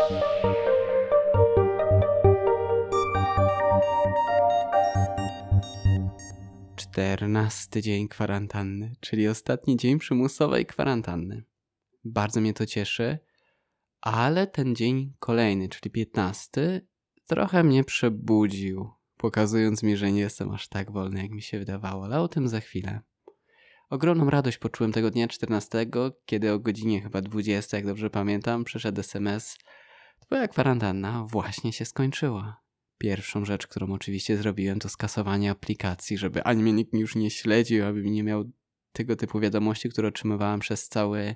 Czternasty dzień kwarantanny, czyli ostatni dzień przymusowej kwarantanny. Bardzo mnie to cieszy, ale ten dzień kolejny, czyli 15, trochę mnie przebudził, pokazując mi, że nie jestem aż tak wolny, jak mi się wydawało, ale o tym za chwilę. Ogromną radość poczułem tego dnia 14, kiedy o godzinie chyba 20, jak dobrze pamiętam, przyszedł SMS: twoja kwarantanna właśnie się skończyła. Pierwszą rzecz, którą oczywiście zrobiłem, to skasowanie aplikacji, żeby ani mnie nikt już nie śledził, aby nie miał tego typu wiadomości, które otrzymywałem przez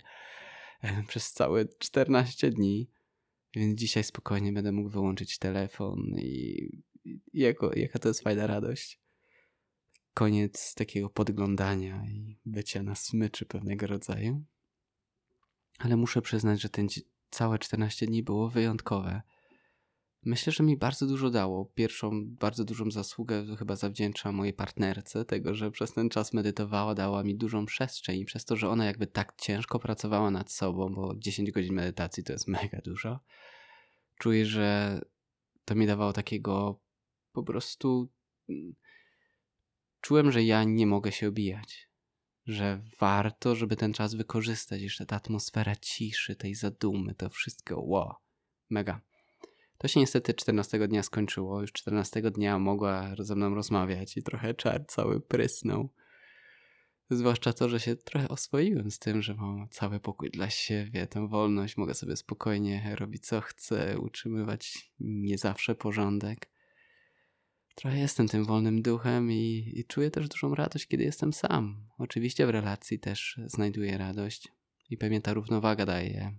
całe 14 dni. Więc dzisiaj spokojnie będę mógł wyłączyć telefon i jaka to jest fajna radość. Koniec takiego podglądania i bycia na smyczy pewnego rodzaju. Ale muszę przyznać, że całe 14 dni było wyjątkowe. Myślę, że mi bardzo dużo dało. Pierwszą bardzo dużą zasługę to chyba zawdzięczam mojej partnerce, tego, że przez ten czas medytowała, dała mi dużą przestrzeń i przez to, że ona jakby tak ciężko pracowała nad sobą, bo 10 godzin medytacji to jest mega dużo. Czuję, że to mi dawało takiego po prostu... Czułem, że ja nie mogę się obijać. Że warto, żeby ten czas wykorzystać. Jeszcze ta atmosfera ciszy, tej zadumy, to wszystko. Wow, mega. To się niestety 14 dnia skończyło. Już 14 dnia mogła ze mną rozmawiać i trochę czar cały prysnął. Zwłaszcza to, że się trochę oswoiłem z tym, że mam cały pokój dla siebie, tę wolność, mogę sobie spokojnie robić co chcę, utrzymywać nie zawsze porządek. Trochę jestem tym wolnym duchem i czuję też dużą radość, kiedy jestem sam. Oczywiście w relacji też znajduję radość i pewnie ta równowaga daje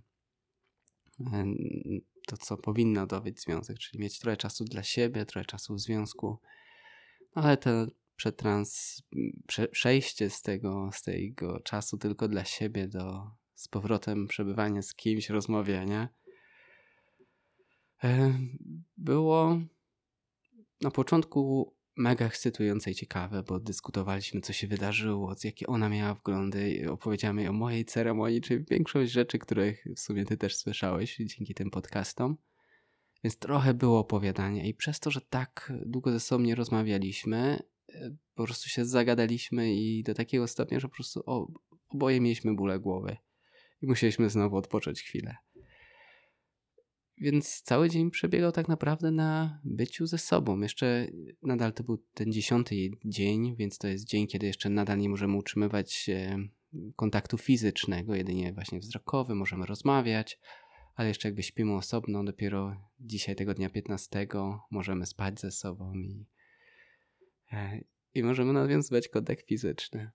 to, co powinno dowieść związek, czyli mieć trochę czasu dla siebie, trochę czasu w związku, ale to przejście z tego czasu tylko dla siebie z powrotem przebywania z kimś, rozmawiania było na początku mega ekscytujące i ciekawe, bo dyskutowaliśmy, co się wydarzyło, jakie ona miała wglądy, opowiedziałem jej o mojej ceremonii, czyli większość rzeczy, których w sumie ty też słyszałeś dzięki tym podcastom. Więc trochę było opowiadania i przez to, że tak długo ze sobą nie rozmawialiśmy, po prostu się zagadaliśmy i do takiego stopnia, że po prostu oboje mieliśmy bóle głowy i musieliśmy znowu odpocząć chwilę. Więc cały dzień przebiegał tak naprawdę na byciu ze sobą. Jeszcze nadal to był ten 10. dzień, więc to jest dzień, kiedy jeszcze nadal nie możemy utrzymywać kontaktu fizycznego, jedynie właśnie wzrokowy, możemy rozmawiać, ale jeszcze jakby śpimy osobno, dopiero dzisiaj tego dnia 15 możemy spać ze sobą i możemy nawiązywać kontakt fizyczny.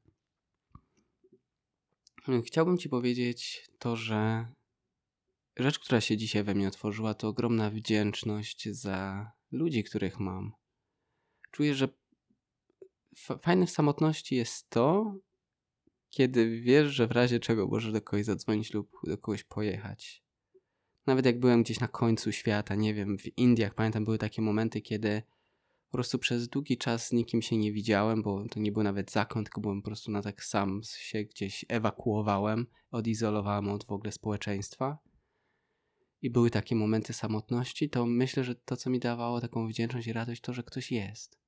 Chciałbym ci powiedzieć to, że rzecz, która się dzisiaj we mnie otworzyła, to ogromna wdzięczność za ludzi, których mam. Czuję, że fajne w samotności jest to, kiedy wiesz, że w razie czego możesz do kogoś zadzwonić lub do kogoś pojechać. Nawet jak byłem gdzieś na końcu świata, nie wiem, w Indiach, pamiętam, były takie momenty, kiedy po prostu przez długi czas z nikim się nie widziałem, bo to nie był nawet zakon, tylko byłem po prostu na tak sam się gdzieś ewakuowałem, odizolowałem od w ogóle społeczeństwa. I były takie momenty samotności, to myślę, że to, co mi dawało taką wdzięczność i radość, to, że ktoś jest.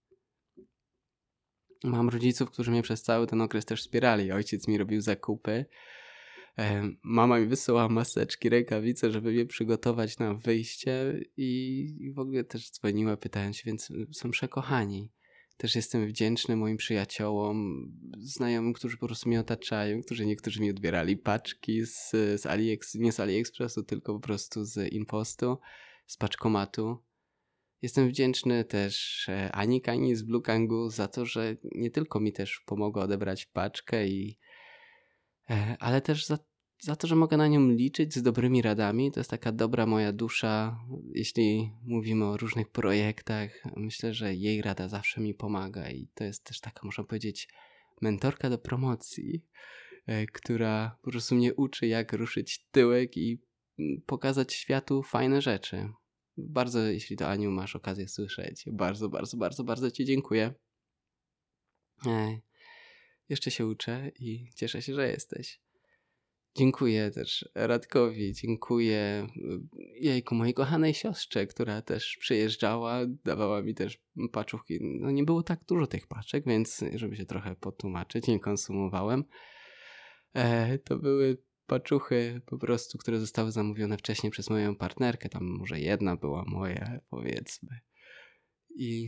Mam rodziców, którzy mnie przez cały ten okres też wspierali. Ojciec mi robił zakupy. Mama mi wysyłała maseczki, rękawice, żeby mnie przygotować na wyjście i w ogóle też dzwoniła, pytając się, więc są przekochani. Też jestem wdzięczny moim przyjaciołom, znajomym, którzy po prostu mnie otaczają, niektórzy mi odbierali paczki nie z AliExpressu, tylko po prostu z Impostu, z paczkomatu. Jestem wdzięczny też Ani z Blue Kangu za to, że nie tylko mi też pomogła odebrać paczkę, ale też za to, że mogę na nią liczyć z dobrymi radami. To jest taka dobra moja dusza, jeśli mówimy o różnych projektach. Myślę, że jej rada zawsze mi pomaga i to jest też taka, można powiedzieć, mentorka do promocji, która po prostu mnie uczy, jak ruszyć tyłek i pokazać światu fajne rzeczy. Bardzo, jeśli to Aniu masz okazję słyszeć, bardzo, bardzo, bardzo, bardzo ci dziękuję. Jeszcze się uczę i cieszę się, że jesteś. Dziękuję też Radkowi, dziękuję jejku, mojej kochanej siostrze, która też przyjeżdżała, dawała mi też paczuchki. No nie było tak dużo tych paczek, więc żeby się trochę potłumaczyć, nie konsumowałem. To były paczuchy po prostu, które zostały zamówione wcześniej przez moją partnerkę. Tam może jedna była moja, powiedzmy. I,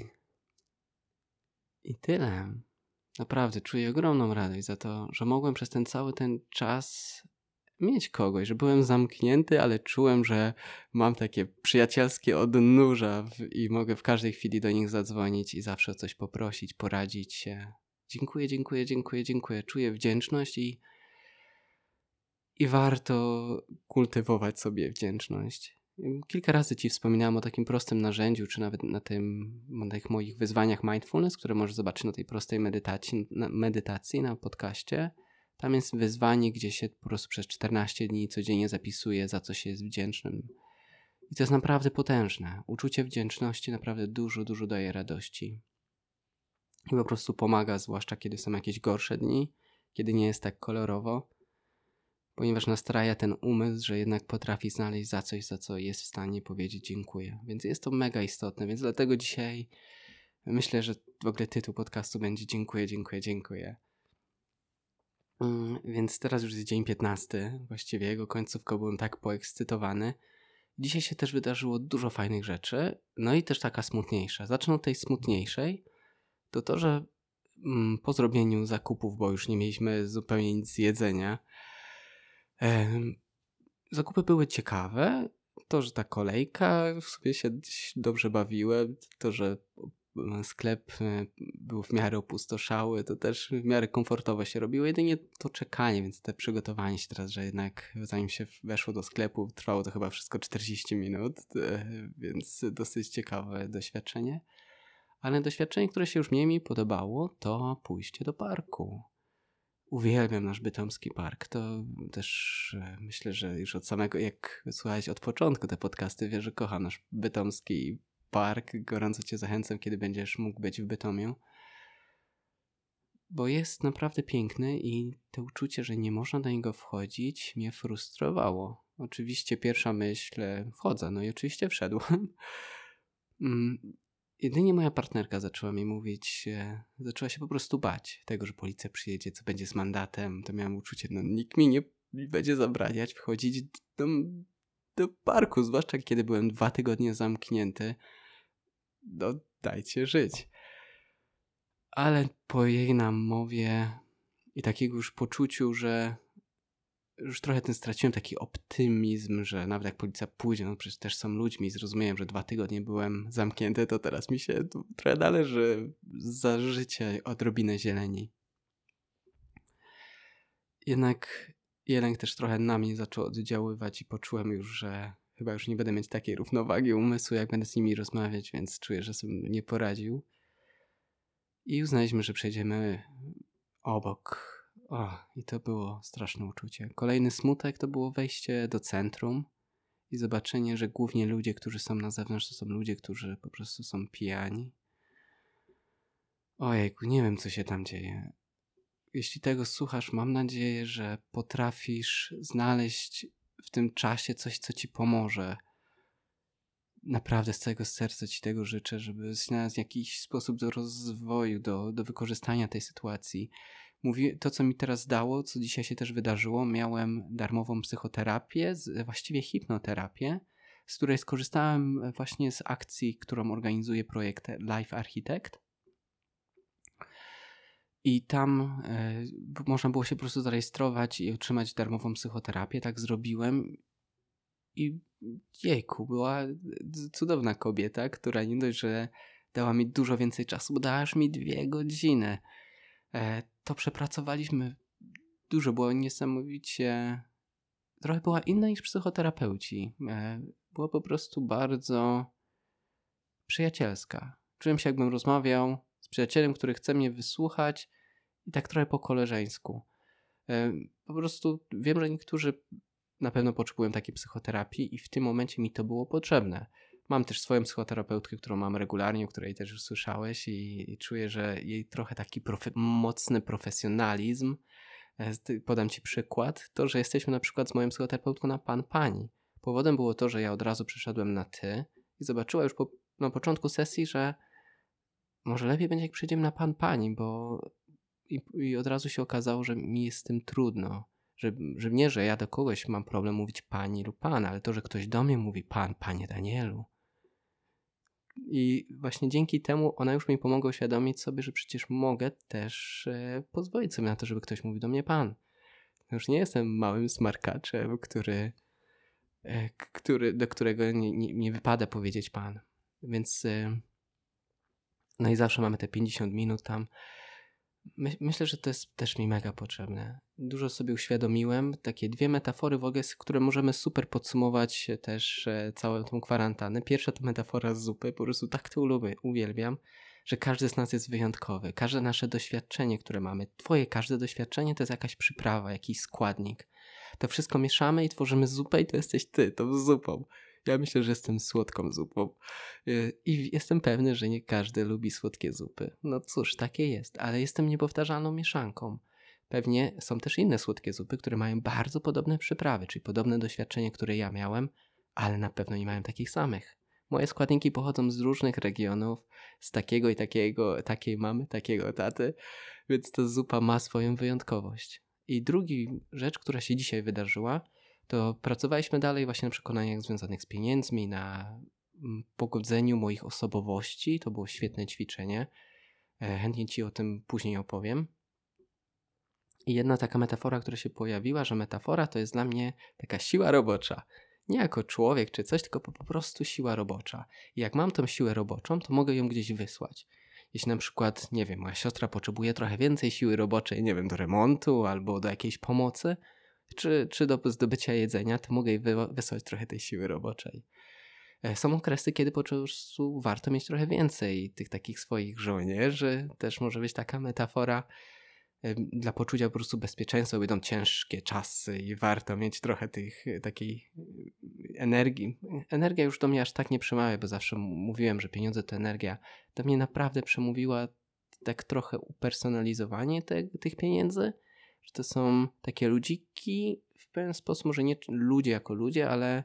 i tyle. Naprawdę czuję ogromną radość za to, że mogłem przez cały ten czas mieć kogoś, że byłem zamknięty, ale czułem, że mam takie przyjacielskie odnóża i mogę w każdej chwili do nich zadzwonić i zawsze o coś poprosić, poradzić się. Dziękuję, dziękuję, dziękuję, dziękuję. Czuję wdzięczność i warto kultywować sobie wdzięczność. Kilka razy Ci wspominałem o takim prostym narzędziu, czy nawet na tych moich wyzwaniach mindfulness, które możesz zobaczyć na tej prostej medytacji na podcaście. Tam jest wyzwanie, gdzie się po prostu przez 14 dni codziennie zapisuje, za co się jest wdzięcznym. I to jest naprawdę potężne. Uczucie wdzięczności naprawdę dużo, dużo daje radości. I po prostu pomaga, zwłaszcza kiedy są jakieś gorsze dni, kiedy nie jest tak kolorowo, ponieważ nastraja ten umysł, że jednak potrafi znaleźć za coś, za co jest w stanie powiedzieć dziękuję. Więc jest to mega istotne, więc dlatego dzisiaj myślę, że w ogóle tytuł podcastu będzie dziękuję, dziękuję, dziękuję. Więc teraz już jest dzień 15, właściwie jego końcówką byłem tak poekscytowany. Dzisiaj się też wydarzyło dużo fajnych rzeczy, no i też taka smutniejsza. Zacznę od tej smutniejszej, to, że po zrobieniu zakupów, bo już nie mieliśmy zupełnie nic z jedzenia, zakupy były ciekawe. To, że ta kolejka w sobie się dobrze bawiłem, to, że sklep był w miarę opustoszały, to też w miarę komfortowo się robiło. Jedynie to czekanie, więc te przygotowanie się teraz, że jednak zanim się weszło do sklepu, trwało to chyba wszystko 40 minut, więc dosyć ciekawe doświadczenie. Ale doświadczenie, które się już mi podobało, to pójście do parku. Uwielbiam nasz bytomski park. To też myślę, że już od samego, jak słuchałeś od początku te podcasty, wiesz, że kocham nasz bytomski park. Gorąco Cię zachęcam, kiedy będziesz mógł być w Bytomiu. Bo jest naprawdę piękny i to uczucie, że nie można do niego wchodzić, mnie frustrowało. Oczywiście pierwsza myśl, wchodzę, no i oczywiście wszedłem. Jedynie moja partnerka zaczęła mi mówić, zaczęła się po prostu bać tego, że policja przyjedzie, co będzie z mandatem. To miałem uczucie, no nikt mi nie będzie zabraniać wchodzić do parku, zwłaszcza kiedy byłem 2 tygodnie zamknięty. No dajcie żyć. Ale po jej namowie i takiego już poczuciu, że już trochę straciłem taki optymizm, że nawet jak policja pójdzie, no przecież też są ludźmi, zrozumiałem, że 2 tygodnie byłem zamknięty, to teraz mi się trochę należy za życie odrobinę zieleni. Jednak jeleń też trochę na mnie zaczął oddziaływać i poczułem już, że chyba już nie będę mieć takiej równowagi umysłu, jak będę z nimi rozmawiać, więc czuję, że sobie nie poradził. I uznaliśmy, że przejdziemy obok. I to było straszne uczucie. Kolejny smutek to było wejście do centrum i zobaczenie, że głównie ludzie, którzy są na zewnątrz, to są ludzie, którzy po prostu są pijani. Ojejku, nie wiem, co się tam dzieje. Jeśli tego słuchasz, mam nadzieję, że potrafisz znaleźć w tym czasie coś, co ci pomoże. Naprawdę z całego serca ci tego życzę, żeby znaleźć jakiś sposób do rozwoju, do wykorzystania tej sytuacji. To, co mi teraz dało, co dzisiaj się też wydarzyło, miałem darmową psychoterapię, właściwie hipnoterapię, z której skorzystałem właśnie z akcji, którą organizuje projekt Life Architect. I tam można było się po prostu zarejestrować i otrzymać darmową psychoterapię. Tak zrobiłem. I jejku, była cudowna kobieta, która nie dość, że dała mi dużo więcej czasu, bo dała już mi 2 godziny. To przepracowaliśmy dużo, było niesamowicie... Trochę była inna niż psychoterapeuci. Była po prostu bardzo przyjacielska. Czułem się, jakbym rozmawiał z przyjacielem, który chce mnie wysłuchać i tak trochę po koleżeńsku. Po prostu wiem, że niektórzy na pewno potrzebują takiej psychoterapii i w tym momencie mi to było potrzebne. Mam też swoją psychoterapeutkę, którą mam regularnie, o której też już słyszałeś i czuję, że jej trochę taki mocny profesjonalizm Podam ci przykład. To, że jesteśmy na przykład z moją psychoterapeutką na pan, pani. Powodem było to, że ja od razu przeszedłem na ty i zobaczyła już na początku sesji, że może lepiej będzie, jak przejdziemy na pan, pani, bo i od razu się okazało, że mi jest z tym trudno. Że nie, że ja do kogoś mam problem mówić pani lub pan, ale to, że ktoś do mnie mówi pan, panie Danielu. I właśnie dzięki temu ona już mi pomogła uświadomić sobie, że przecież mogę też pozwolić sobie na to, żeby ktoś mówił do mnie pan. Już nie jestem małym smarkaczem, do którego nie wypada powiedzieć pan. Więc no i zawsze mamy te 50 minut tam. Myślę, że to jest też mi mega potrzebne. Dużo sobie uświadomiłem. Takie 2 metafory w ogóle, które możemy super podsumować też całą tą kwarantannę. Pierwsza to metafora z zupy. Po prostu tak to uwielbiam, że każdy z nas jest wyjątkowy. Każde nasze doświadczenie, które mamy. Twoje każde doświadczenie to jest jakaś przyprawa, jakiś składnik. To wszystko mieszamy i tworzymy zupę i to jesteś ty, tą zupą. Ja myślę, że jestem słodką zupą. I jestem pewny, że nie każdy lubi słodkie zupy. No cóż, takie jest, ale jestem niepowtarzalną mieszanką. Pewnie są też inne słodkie zupy, które mają bardzo podobne przyprawy, czyli podobne doświadczenie, które ja miałem, ale na pewno nie mają takich samych. Moje składniki pochodzą z różnych regionów, z takiego i takiego, takiej mamy, takiego taty, więc ta zupa ma swoją wyjątkowość. I druga rzecz, która się dzisiaj wydarzyła, to pracowaliśmy dalej właśnie na przekonaniach związanych z pieniędzmi, na pogodzeniu moich osobowości. To było świetne ćwiczenie. Chętnie ci o tym później opowiem. I jedna taka metafora, która się pojawiła, że metafora to jest dla mnie taka siła robocza. Nie jako człowiek czy coś, tylko po prostu siła robocza. I jak mam tą siłę roboczą, to mogę ją gdzieś wysłać. Jeśli na przykład, nie wiem, moja siostra potrzebuje trochę więcej siły roboczej, nie wiem, do remontu albo do jakiejś pomocy, czy do zdobycia jedzenia, to mogę jej wysłać trochę tej siły roboczej. Są okresy, kiedy po prostu warto mieć trochę więcej tych takich swoich żołnierzy. Też może być taka metafora dla poczucia po prostu bezpieczeństwa. Będą ciężkie czasy i warto mieć trochę takiej energii. Energia już do mnie aż tak nie przemawia, bo zawsze mówiłem, że pieniądze to energia. Do mnie naprawdę przemówiła tak trochę upersonalizowanie tych pieniędzy, że to są takie ludziki, w pewien sposób może nie ludzie jako ludzie, ale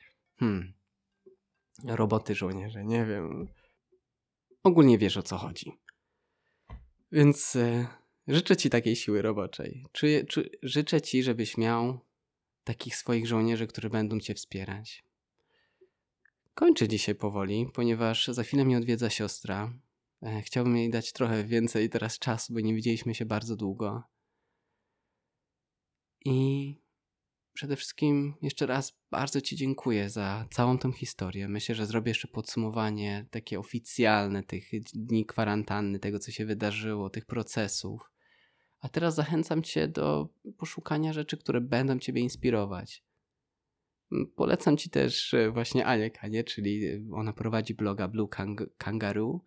roboty żołnierze, nie wiem. Ogólnie wiesz, o co chodzi. Więc życzę ci takiej siły roboczej. Życzę ci, żebyś miał takich swoich żołnierzy, którzy będą cię wspierać. Kończę dzisiaj powoli, ponieważ za chwilę mnie odwiedza siostra. Chciałbym jej dać trochę więcej teraz czasu, bo nie widzieliśmy się bardzo długo. I przede wszystkim jeszcze raz bardzo ci dziękuję za całą tą historię. Myślę, że zrobię jeszcze podsumowanie takie oficjalne tych dni kwarantanny, tego co się wydarzyło, tych procesów. A teraz zachęcam cię do poszukania rzeczy, które będą ciebie inspirować. Polecam ci też właśnie Anię Kanie, czyli ona prowadzi bloga Blue Kangaroo.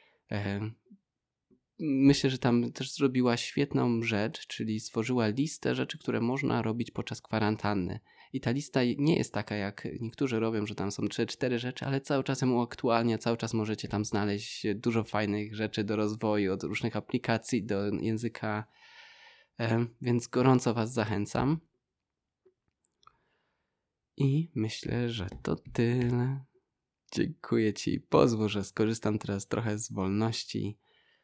Myślę, że tam też zrobiła świetną rzecz, czyli stworzyła listę rzeczy, które można robić podczas kwarantanny. I ta lista nie jest taka, jak niektórzy robią, że tam są 3-4 rzeczy, ale cały czas ją uaktualnia, cały czas możecie tam znaleźć dużo fajnych rzeczy do rozwoju, od różnych aplikacji do języka, więc gorąco was zachęcam. I myślę, że to tyle. Dziękuję ci. Pozwól, że skorzystam teraz trochę z wolności.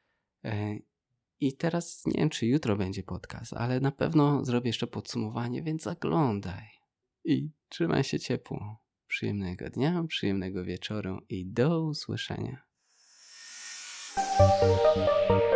I teraz nie wiem, czy jutro będzie podcast, ale na pewno zrobię jeszcze podsumowanie, więc zaglądaj. I trzymaj się ciepło. Przyjemnego dnia, przyjemnego wieczoru i do usłyszenia.